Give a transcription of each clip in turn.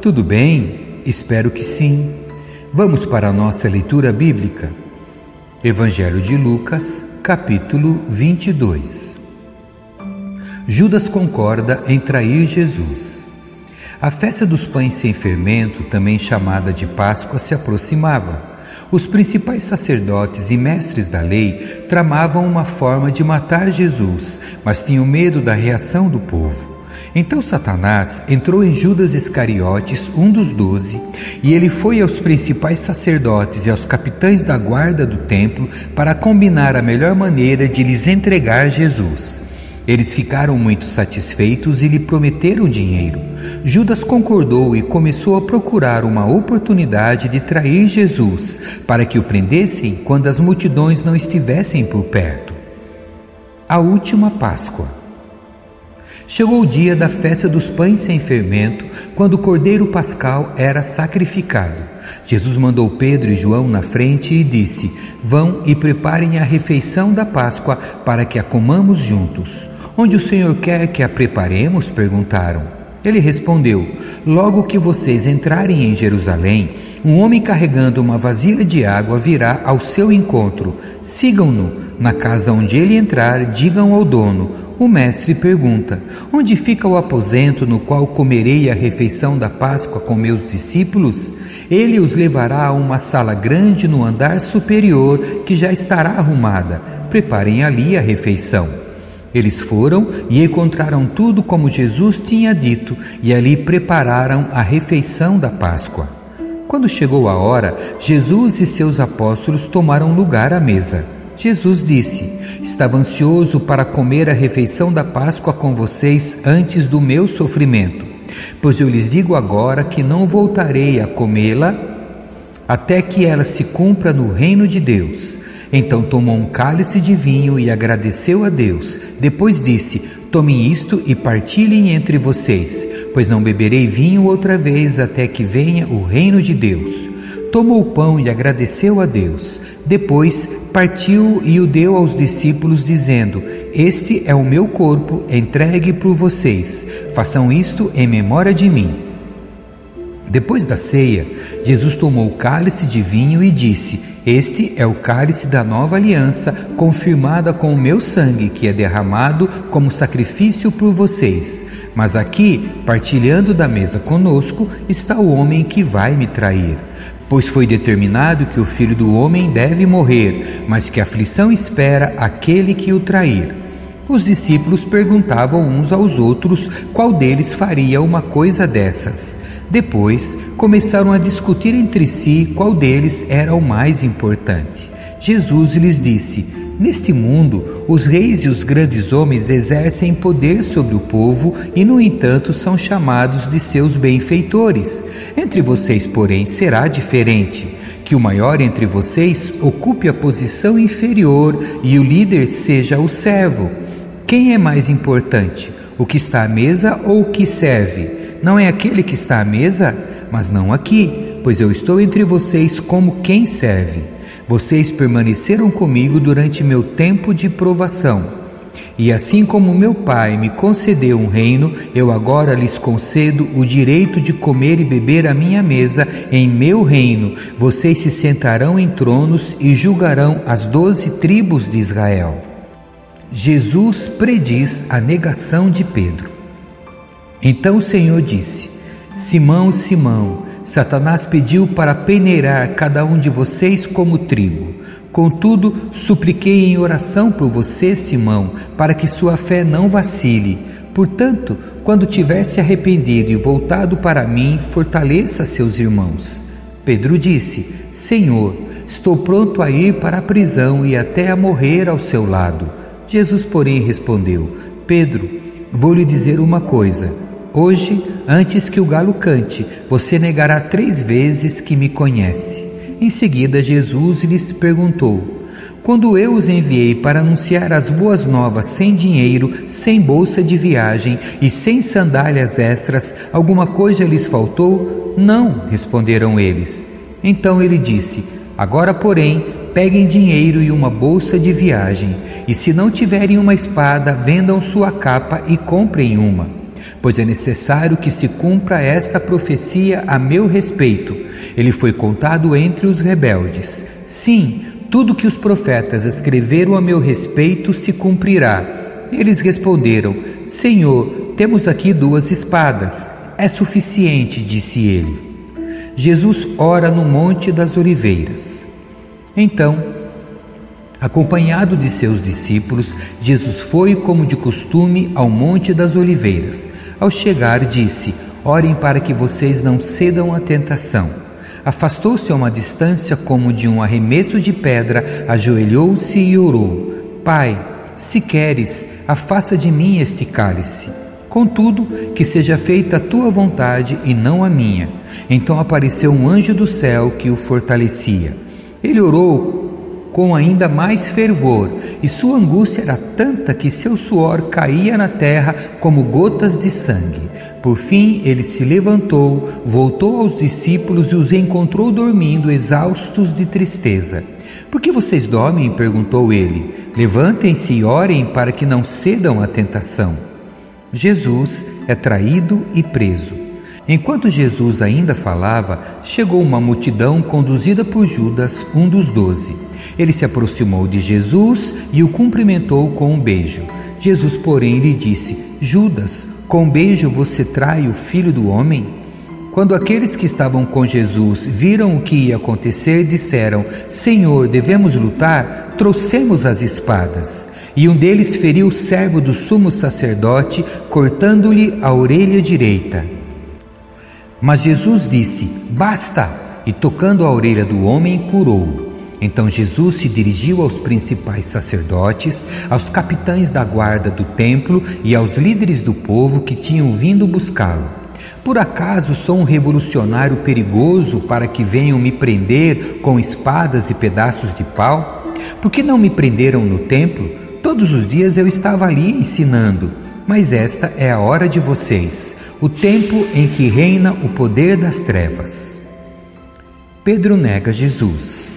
tudo bem? Espero que sim. Vamos para a nossa leitura bíblica. Evangelho de Lucas, capítulo 22. Judas concorda em trair Jesus. A festa dos pães sem fermento, também chamada de Páscoa, se aproximava. Os principais sacerdotes e mestres da lei tramavam uma forma de matar Jesus, mas tinham medo da reação do povo. Então Satanás entrou em Judas Iscariotes, um dos 12, e ele foi aos principais sacerdotes e aos capitães da guarda do templo para combinar a melhor maneira de lhes entregar Jesus. Eles ficaram muito satisfeitos e lhe prometeram dinheiro. Judas concordou e começou a procurar uma oportunidade de trair Jesus, para que o prendessem quando as multidões não estivessem por perto. A última Páscoa. Chegou o dia da festa dos pães sem fermento, quando o cordeiro pascal era sacrificado. Jesus mandou Pedro e João na frente e disse: "Vão e preparem a refeição da Páscoa para que a comamos juntos." "Onde o Senhor quer que a preparemos?" perguntaram. Ele respondeu: "Logo que vocês entrarem em Jerusalém, um homem carregando uma vasilha de água virá ao seu encontro. Sigam-no. Na casa onde ele entrar, digam ao dono: o mestre pergunta: onde fica o aposento no qual comerei a refeição da Páscoa com meus discípulos? Ele os levará a uma sala grande no andar superior, que já estará arrumada. Preparem ali a refeição." Eles foram e encontraram tudo como Jesus tinha dito, e ali prepararam a refeição da Páscoa. Quando chegou a hora, Jesus e seus apóstolos tomaram lugar à mesa. Jesus disse: "Estava ansioso para comer a refeição da Páscoa com vocês antes do meu sofrimento, pois eu lhes digo agora que não voltarei a comê-la até que ela se cumpra no reino de Deus." Então tomou um cálice de vinho e agradeceu a Deus. Depois disse: "Tomem isto e partilhem entre vocês, pois não beberei vinho outra vez até que venha o reino de Deus." Tomou o pão e agradeceu a Deus. Depois partiu e o deu aos discípulos, dizendo: "Este é o meu corpo entregue por vocês. Façam isto em memória de mim." Depois da ceia, Jesus tomou o cálice de vinho e disse: "Este é o cálice da nova aliança, confirmada com o meu sangue, que é derramado como sacrifício por vocês. Mas aqui, partilhando da mesa conosco, está o homem que vai me trair. Pois foi determinado que o Filho do Homem deve morrer, mas que a aflição espera aquele que o trair." Os discípulos perguntavam uns aos outros qual deles faria uma coisa dessas. Depois começaram a discutir entre si qual deles era o mais importante. Jesus lhes disse: "Neste mundo, os reis e os grandes homens exercem poder sobre o povo e, no entanto, são chamados de seus benfeitores. Entre vocês, porém, será diferente. Que o maior entre vocês ocupe a posição inferior e o líder seja o servo. Quem é mais importante, o que está à mesa ou o que serve? Não é aquele que está à mesa? Mas não aqui, pois eu estou entre vocês como quem serve. Vocês permaneceram comigo durante meu tempo de provação. E assim como meu Pai me concedeu um reino, eu agora lhes concedo o direito de comer e beber à minha mesa em meu reino. Vocês se sentarão em tronos e julgarão as 12 tribos de Israel." Jesus prediz a negação de Pedro. Então o Senhor disse: "Simão, Simão, Satanás pediu para peneirar cada um de vocês como trigo. Contudo, supliquei em oração por você, Simão, para que sua fé não vacile. Portanto, quando tiver se arrependido e voltado para mim, fortaleça seus irmãos." Pedro disse: "Senhor, estou pronto a ir para a prisão e até a morrer ao seu lado." Jesus, porém, respondeu: "Pedro, vou lhe dizer uma coisa. Hoje, antes que o galo cante, você negará 3 vezes que me conhece." Em seguida, Jesus lhes perguntou: "Quando eu os enviei para anunciar as boas novas sem dinheiro, sem bolsa de viagem e sem sandálias extras, alguma coisa lhes faltou?" "Não", responderam eles. Então ele disse: "Agora, porém, peguem dinheiro e uma bolsa de viagem, e se não tiverem uma espada, vendam sua capa e comprem uma. pois é necessário que se cumpra esta profecia a meu respeito. Ele foi contado entre os rebeldes. Sim, tudo que os profetas escreveram a meu respeito se cumprirá. Eles responderam: Senhor, temos aqui 2 espadas. É suficiente, disse ele. Jesus ora no Monte das Oliveiras. Então, acompanhado de seus discípulos, Jesus foi, como de costume, ao Monte das Oliveiras. Ao chegar, disse: Orem para que vocês não cedam à tentação. Afastou-se a uma distância como de um arremesso de pedra, ajoelhou-se e orou: Pai, se queres, afasta de mim este cálice. Contudo, que seja feita a tua vontade e não a minha. Então apareceu um anjo do céu que o fortalecia. Ele orou com ainda mais fervor, e sua angústia era tanta que seu suor caía na terra como gotas de sangue. Por fim, ele se levantou, voltou aos discípulos e os encontrou dormindo, exaustos de tristeza. Por que vocês dormem? Perguntou ele. Levantem-se e orem para que não cedam à tentação. Jesus é traído e preso. Enquanto Jesus ainda falava, chegou uma multidão conduzida por Judas, um dos 12. Ele se aproximou de Jesus e o cumprimentou com um beijo. Jesus, porém, lhe disse: Judas, com um beijo você trai o Filho do Homem? Quando aqueles que estavam com Jesus viram o que ia acontecer, disseram: Senhor, devemos lutar? Trouxemos as espadas. E um deles feriu o servo do sumo sacerdote, cortando-lhe a orelha direita. Mas Jesus disse: Basta! E tocando a orelha do homem, curou-o. Então Jesus se dirigiu aos principais sacerdotes, aos capitães da guarda do templo e aos líderes do povo que tinham vindo buscá-lo. Por acaso sou um revolucionário perigoso para que venham me prender com espadas e pedaços de pau? Por que não me prenderam no templo? Todos os dias eu estava ali ensinando, mas esta é a hora de vocês, o tempo em que reina o poder das trevas. Pedro nega Jesus.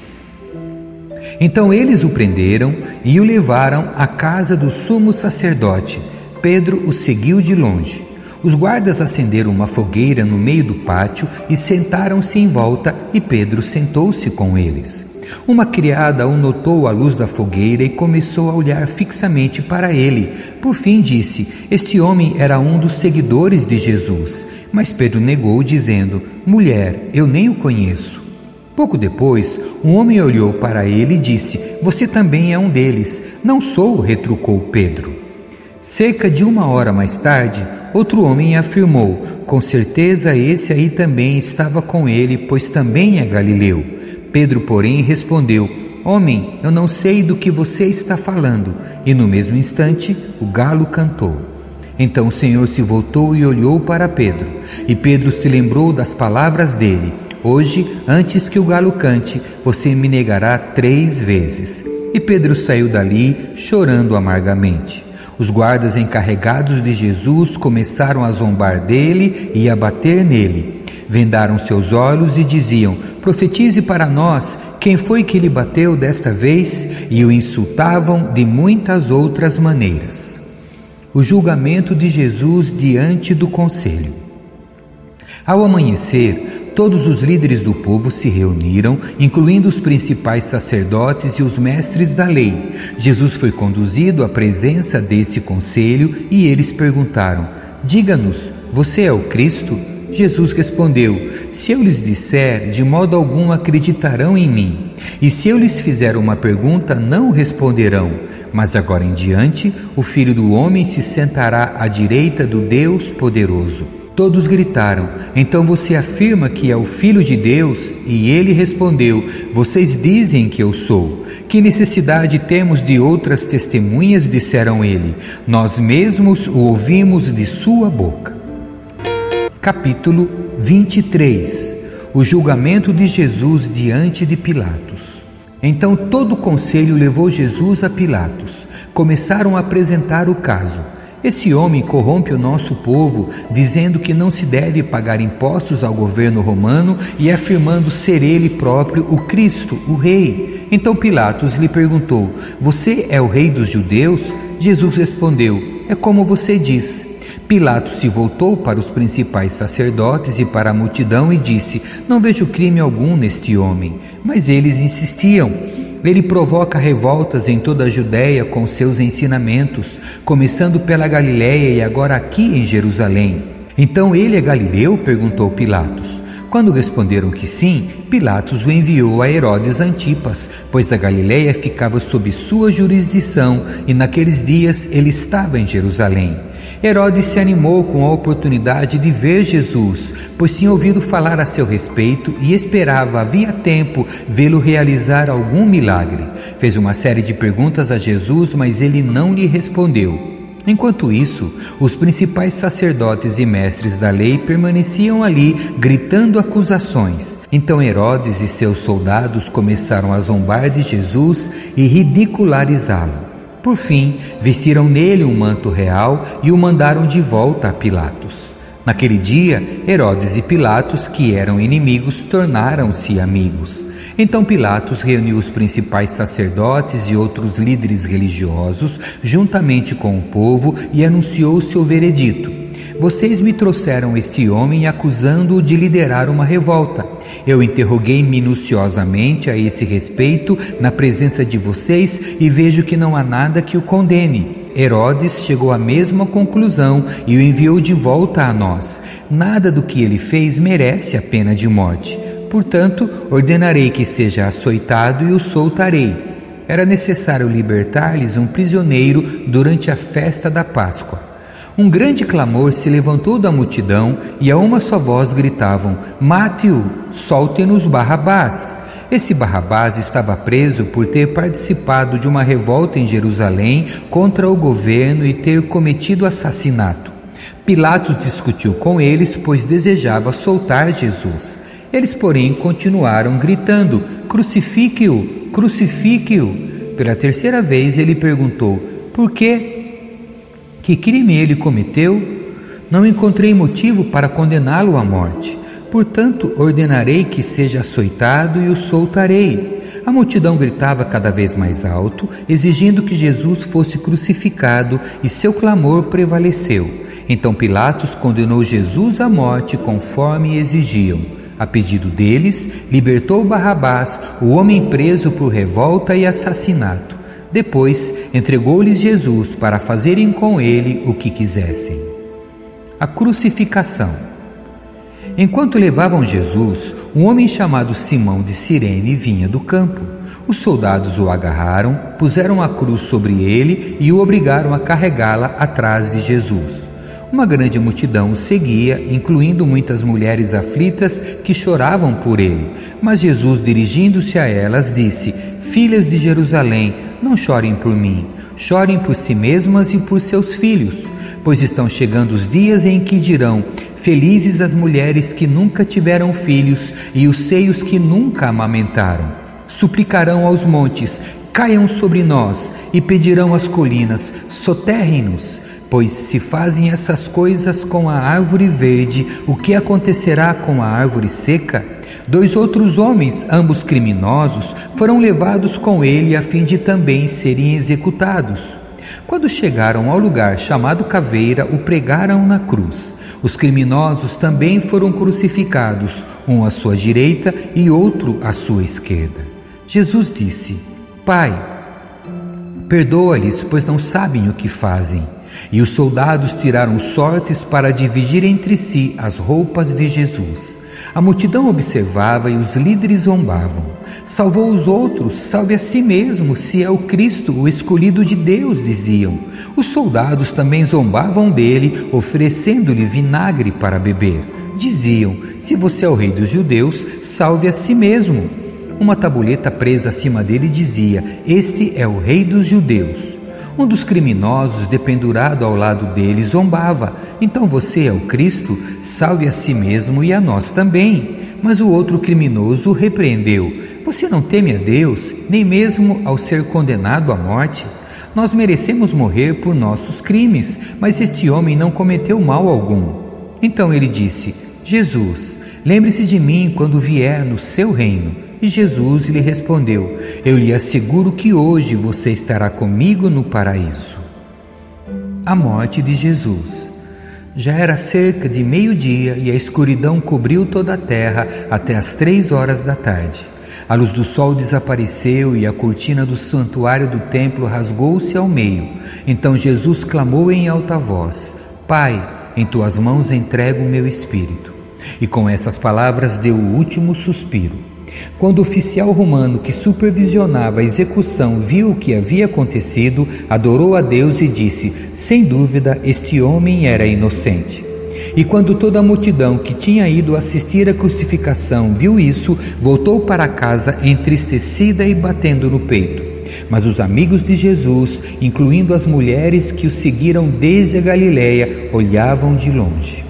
Então eles o prenderam e o levaram à casa do sumo sacerdote. Pedro o seguiu de longe. Os guardas acenderam uma fogueira no meio do pátio e sentaram-se em volta, e Pedro sentou-se com eles. Uma criada o notou à luz da fogueira e começou a olhar fixamente para ele. Por fim disse: Este homem era um dos seguidores de Jesus. Mas Pedro negou, dizendo: Mulher, eu nem o conheço. Pouco depois, um homem olhou para ele e disse: Você também é um deles. Não sou, retrucou Pedro. Cerca de 1 hora mais tarde, outro homem afirmou: Com certeza esse aí também estava com ele, pois também é galileu. Pedro, porém, respondeu: Homem, eu não sei do que você está falando. E no mesmo instante, o galo cantou. Então o Senhor se voltou e olhou para Pedro. E Pedro se lembrou das palavras dele: Hoje, antes que o galo cante, você me negará 3 vezes. E Pedro saiu dali, chorando amargamente. Os guardas encarregados de Jesus começaram a zombar dele e a bater nele. Vendaram seus olhos e diziam: Profetize para nós, quem foi que lhe bateu desta vez? E o insultavam de muitas outras maneiras. O julgamento de Jesus diante do conselho. Ao amanhecer, todos os líderes do povo se reuniram, incluindo os principais sacerdotes e os mestres da lei. Jesus foi conduzido à presença desse conselho e eles perguntaram: Diga-nos, você é o Cristo? Jesus respondeu: Se eu lhes disser, de modo algum acreditarão em mim. E se eu lhes fizer uma pergunta, não responderão. Mas agora em diante, o Filho do Homem se sentará à direita do Deus Poderoso. Todos gritaram: Então você afirma que é o Filho de Deus? E ele respondeu: Vocês dizem que eu sou. Que necessidade temos de outras testemunhas? Disseram ele. Nós mesmos o ouvimos de sua boca. Capítulo 23. O julgamento de Jesus diante de Pilatos. Então todo o conselho levou Jesus a Pilatos. Começaram a apresentar o caso. Esse homem corrompe o nosso povo, dizendo que não se deve pagar impostos ao governo romano e afirmando ser ele próprio o Cristo, o Rei. Então Pilatos lhe perguntou: Você é o Rei dos judeus? Jesus respondeu: É como você diz. Pilatos se voltou para os principais sacerdotes e para a multidão e disse: não vejo crime algum neste homem. Mas eles insistiam: ele provoca revoltas em toda a Judéia com seus ensinamentos, começando pela Galiléia e agora aqui em Jerusalém. Então ele é galileu? Perguntou Pilatos. Quando responderam que sim, Pilatos o enviou a Herodes Antipas, pois a Galiléia ficava sob sua jurisdição e naqueles dias ele estava em Jerusalém. Herodes se animou com a oportunidade de ver Jesus, pois tinha ouvido falar a seu respeito e esperava havia tempo vê-lo realizar algum milagre. Fez uma série de perguntas a Jesus, mas ele não lhe respondeu. Enquanto isso, os principais sacerdotes e mestres da lei permaneciam ali, gritando acusações. Então Herodes e seus soldados começaram a zombar de Jesus e ridicularizá-lo. Por fim, vestiram nele um manto real e o mandaram de volta a Pilatos. Naquele dia, Herodes e Pilatos, que eram inimigos, tornaram-se amigos. Então Pilatos reuniu os principais sacerdotes e outros líderes religiosos, juntamente com o povo, e anunciou seu veredito: vocês me trouxeram este homem acusando-o de liderar uma revolta. Eu interroguei minuciosamente a esse respeito na presença de vocês e vejo que não há nada que o condene. Herodes chegou à mesma conclusão e o enviou de volta a nós. Nada do que ele fez merece a pena de morte. Portanto, ordenarei que seja açoitado e o soltarei. Era necessário libertar-lhes um prisioneiro durante a festa da Páscoa. Um grande clamor se levantou da multidão e a uma só voz gritavam: mate-o, solte-nos Barrabás. Esse Barrabás estava preso por ter participado de uma revolta em Jerusalém contra o governo e ter cometido assassinato. Pilatos discutiu com eles, pois desejava soltar Jesus. Eles, porém, continuaram gritando: crucifique-o, crucifique-o. Pela terceira vez ele perguntou: por quê? Que crime ele cometeu? Não encontrei motivo para condená-lo à morte. Portanto, ordenarei que seja açoitado e o soltarei. A multidão gritava cada vez mais alto, exigindo que Jesus fosse crucificado, e seu clamor prevaleceu. Então Pilatos condenou Jesus à morte conforme exigiam. A pedido deles, libertou Barrabás, o homem preso por revolta e assassinato. Depois, entregou-lhes Jesus para fazerem com ele o que quisessem. A crucificação. Enquanto levavam Jesus, um homem chamado Simão de Cirene vinha do campo. Os soldados o agarraram, puseram a cruz sobre ele e o obrigaram a carregá-la atrás de Jesus. Uma grande multidão o seguia, incluindo muitas mulheres aflitas que choravam por ele. Mas Jesus, dirigindo-se a elas, disse: filhas de Jerusalém, não chorem por mim, chorem por si mesmas e por seus filhos, pois estão chegando os dias em que dirão: felizes as mulheres que nunca tiveram filhos e os seios que nunca amamentaram. Suplicarão aos montes: caiam sobre nós, e pedirão às colinas: soterrem-nos. Pois se fazem essas coisas com a árvore verde, o que acontecerá com a árvore seca? 2 outros homens, ambos criminosos, foram levados com ele a fim de também serem executados. Quando chegaram ao lugar chamado Caveira, o pregaram na cruz. Os criminosos também foram crucificados, um à sua direita e outro à sua esquerda. Jesus disse: Pai, perdoa-lhes, pois não sabem o que fazem. E os soldados tiraram sortes para dividir entre si as roupas de Jesus. A multidão observava e os líderes zombavam. Salvou os outros, salve a si mesmo, se é o Cristo, o escolhido de Deus, diziam. Os soldados também zombavam dele, oferecendo-lhe vinagre para beber. Diziam: se você é o rei dos judeus, salve a si mesmo. Uma tabuleta presa acima dele dizia: este é o rei dos judeus. Um dos criminosos, dependurado ao lado dele, zombava: então você é o Cristo? Salve a si mesmo e a nós também. Mas o outro criminoso o repreendeu: você não teme a Deus, nem mesmo ao ser condenado à morte? Nós merecemos morrer por nossos crimes, mas este homem não cometeu mal algum. Então ele disse: Jesus, lembre-se de mim quando vier no seu reino. E Jesus lhe respondeu: eu lhe asseguro que hoje você estará comigo no paraíso. A morte de Jesus. Já era cerca de meio-dia e a escuridão cobriu toda a terra até as 3 horas da tarde. A luz do sol desapareceu e a cortina do santuário do templo rasgou-se ao meio. Então Jesus clamou em alta voz: Pai, em tuas mãos entrego o meu espírito. E com essas palavras deu o último suspiro. Quando o oficial romano que supervisionava a execução viu o que havia acontecido, adorou a Deus e disse: sem dúvida, este homem era inocente. E quando toda a multidão que tinha ido assistir à crucificação viu isso, voltou para casa entristecida e batendo no peito. Mas os amigos de Jesus, incluindo as mulheres que o seguiram desde a Galileia, olhavam de longe.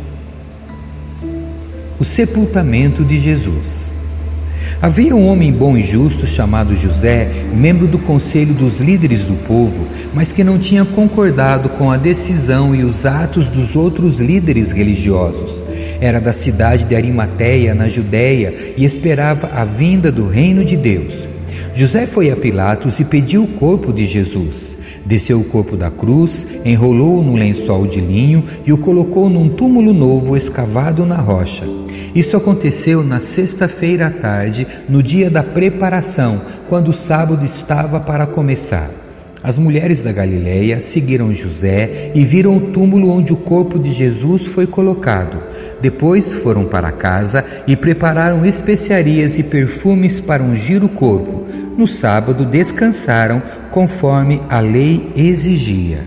O sepultamento de Jesus. Havia um homem bom e justo chamado José, membro do conselho dos líderes do povo, mas que não tinha concordado com a decisão e os atos dos outros líderes religiosos. Era da cidade de Arimateia, na Judéia, e esperava a vinda do reino de Deus. José foi a Pilatos e pediu o corpo de Jesus. Desceu o corpo da cruz, enrolou-o no lençol de linho e o colocou num túmulo novo escavado na rocha. Isso aconteceu na sexta-feira à tarde, no dia da preparação, quando o sábado estava para começar. As mulheres da Galileia seguiram José e viram o túmulo onde o corpo de Jesus foi colocado. Depois foram para casa e prepararam especiarias e perfumes para ungir o corpo. No sábado descansaram, conforme a lei exigia.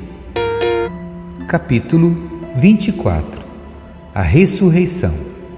Capítulo 24. A ressurreição.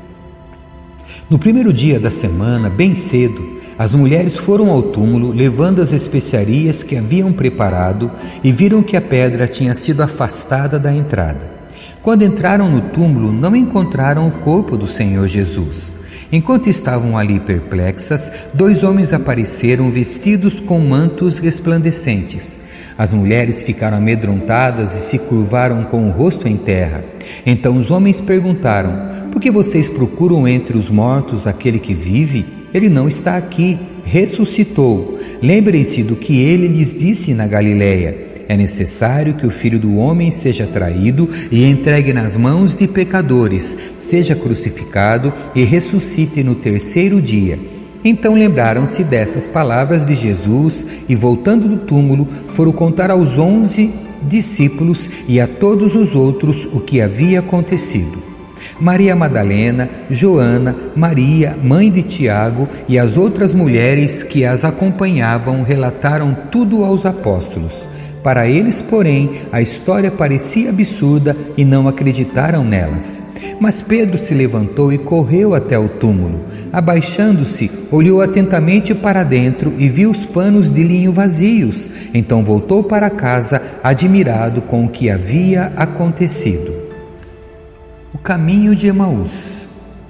No primeiro dia da semana, bem cedo, as mulheres foram ao túmulo, levando as especiarias que haviam preparado, e viram que a pedra tinha sido afastada da entrada. Quando entraram no túmulo, não encontraram o corpo do Senhor Jesus. Enquanto estavam ali perplexas, 2 homens apareceram vestidos com mantos resplandecentes. As mulheres ficaram amedrontadas e se curvaram com o rosto em terra. Então os homens perguntaram: por que vocês procuram entre os mortos aquele que vive? Ele não está aqui, ressuscitou. Lembrem-se do que ele lhes disse na Galileia: é necessário que o Filho do Homem seja traído e entregue nas mãos de pecadores, seja crucificado e ressuscite no 3º dia. Então lembraram-se dessas palavras de Jesus e, voltando do túmulo, foram contar aos 11 discípulos e a todos os outros o que havia acontecido. Maria Madalena, Joana, Maria, mãe de Tiago, e as outras mulheres que as acompanhavam relataram tudo aos apóstolos. Para eles, porém, a história parecia absurda e não acreditaram nelas. Mas Pedro se levantou e correu até o túmulo. Abaixando-se, olhou atentamente para dentro e viu os panos de linho vazios. Então voltou para casa, admirado com o que havia acontecido. O caminho de Emaús.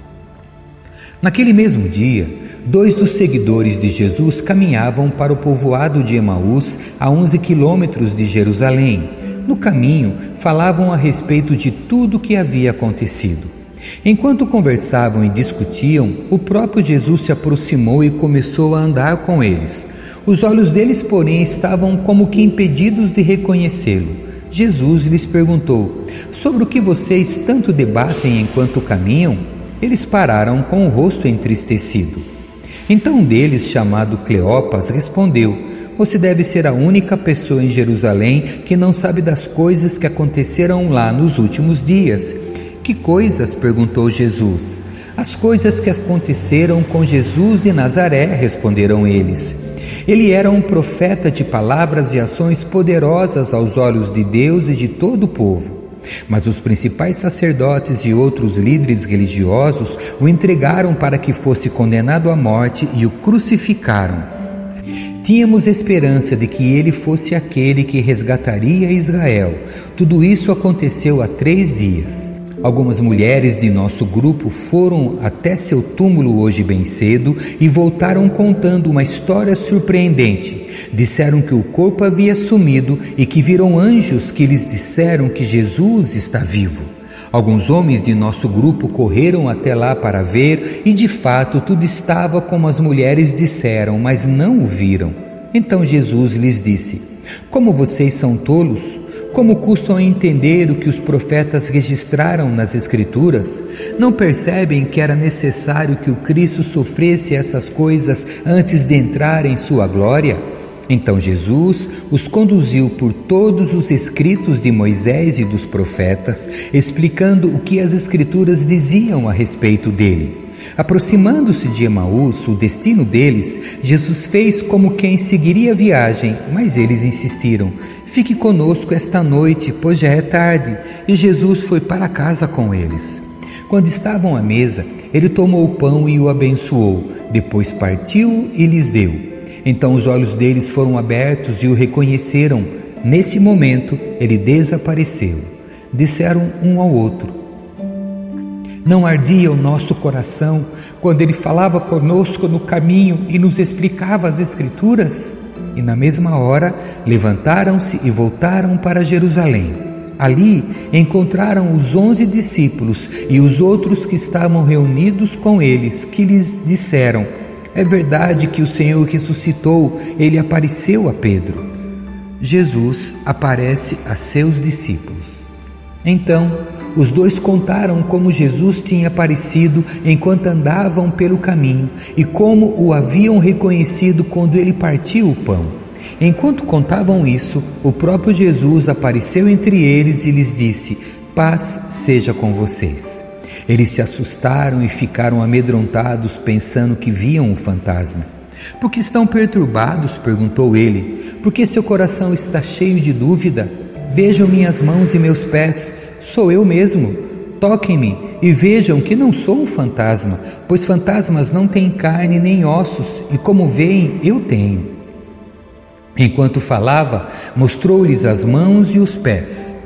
Naquele mesmo dia, 2 dos seguidores de Jesus caminhavam para o povoado de Emaús, a 11 quilômetros de Jerusalém. No caminho, falavam a respeito de tudo o que havia acontecido. Enquanto conversavam e discutiam, o próprio Jesus se aproximou e começou a andar com eles. Os olhos deles, porém, estavam como que impedidos de reconhecê-lo. Jesus lhes perguntou: sobre o que vocês tanto debatem enquanto caminham? Eles pararam com o rosto entristecido. Então um deles, chamado Cleopas, respondeu: você deve ser a única pessoa em Jerusalém que não sabe das coisas que aconteceram lá nos últimos dias. Que coisas? Perguntou Jesus. As coisas que aconteceram com Jesus de Nazaré, responderam eles. Ele era um profeta de palavras e ações poderosas aos olhos de Deus e de todo o povo. Mas os principais sacerdotes e outros líderes religiosos o entregaram para que fosse condenado à morte e o crucificaram. Tínhamos esperança de que ele fosse aquele que resgataria Israel. Tudo isso aconteceu há 3 dias. Algumas mulheres de nosso grupo foram até seu túmulo hoje bem cedo e voltaram contando uma história surpreendente. Disseram que o corpo havia sumido e que viram anjos que lhes disseram que Jesus está vivo. Alguns homens de nosso grupo correram até lá para ver e, de fato, tudo estava como as mulheres disseram, mas não o viram. Então Jesus lhes disse: como vocês são tolos? Como custam a entender o que os profetas registraram nas Escrituras? Não percebem que era necessário que o Cristo sofresse essas coisas antes de entrar em sua glória? Então Jesus os conduziu por todos os escritos de Moisés e dos profetas, explicando o que as Escrituras diziam a respeito dele. Aproximando-se de Emaús, o destino deles, Jesus fez como quem seguiria a viagem, mas eles insistiram: fique conosco esta noite, pois já é tarde. E Jesus foi para casa com eles. Quando estavam à mesa, ele tomou o pão e o abençoou, depois partiu e lhes deu. Então os olhos deles foram abertos e o reconheceram. Nesse momento, ele desapareceu. Disseram um ao outro: não ardia o nosso coração quando ele falava conosco no caminho e nos explicava as Escrituras? E na mesma hora levantaram-se e voltaram para Jerusalém. Ali encontraram os 11 discípulos e os outros que estavam reunidos com eles, que lhes disseram: é verdade que o Senhor ressuscitou, ele apareceu a Pedro. Jesus aparece a seus discípulos. Então os dois contaram como Jesus tinha aparecido enquanto andavam pelo caminho e como o haviam reconhecido quando ele partiu o pão. Enquanto contavam isso, o próprio Jesus apareceu entre eles e lhes disse: paz seja com vocês. Eles se assustaram e ficaram amedrontados, pensando que viam um fantasma. Por que estão perturbados? Perguntou ele. Por que seu coração está cheio de dúvida? Vejam minhas mãos e meus pés. Sou eu mesmo. Toquem-me e vejam que não sou um fantasma, pois fantasmas não têm carne nem ossos, e como veem, eu tenho. Enquanto falava, mostrou-lhes as mãos e os pés.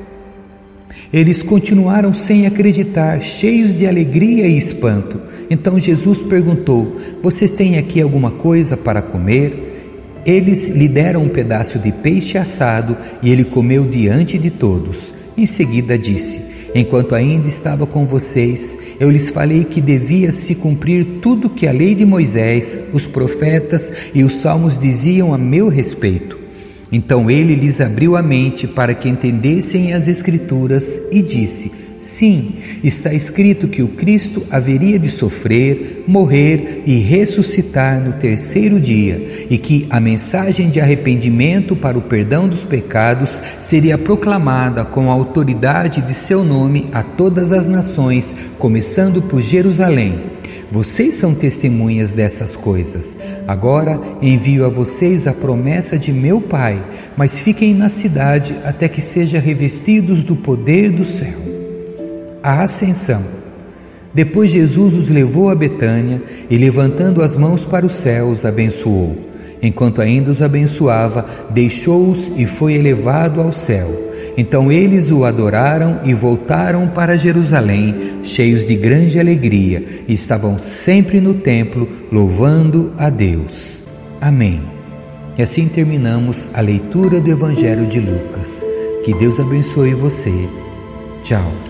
Eles continuaram sem acreditar, cheios de alegria e espanto. Então Jesus perguntou: vocês têm aqui alguma coisa para comer? Eles lhe deram um pedaço de peixe assado e ele comeu diante de todos. Em seguida disse: enquanto ainda estava com vocês, eu lhes falei que devia se cumprir tudo que a lei de Moisés, os profetas e os salmos diziam a meu respeito. Então ele lhes abriu a mente para que entendessem as Escrituras e disse: sim, está escrito que o Cristo haveria de sofrer, morrer e ressuscitar no terceiro dia, e que a mensagem de arrependimento para o perdão dos pecados seria proclamada com a autoridade de seu nome a todas as nações, começando por Jerusalém. Vocês são testemunhas dessas coisas. Agora envio a vocês a promessa de meu Pai, mas fiquem na cidade até que sejam revestidos do poder do céu. A Ascensão. Depois Jesus os levou a Betânia e, levantando as mãos para os céus, abençoou. Enquanto ainda os abençoava, deixou-os e foi elevado ao céu. Então eles o adoraram e voltaram para Jerusalém, cheios de grande alegria, e estavam sempre no templo, louvando a Deus. Amém. E assim terminamos a leitura do Evangelho de Lucas. Que Deus abençoe você. Tchau.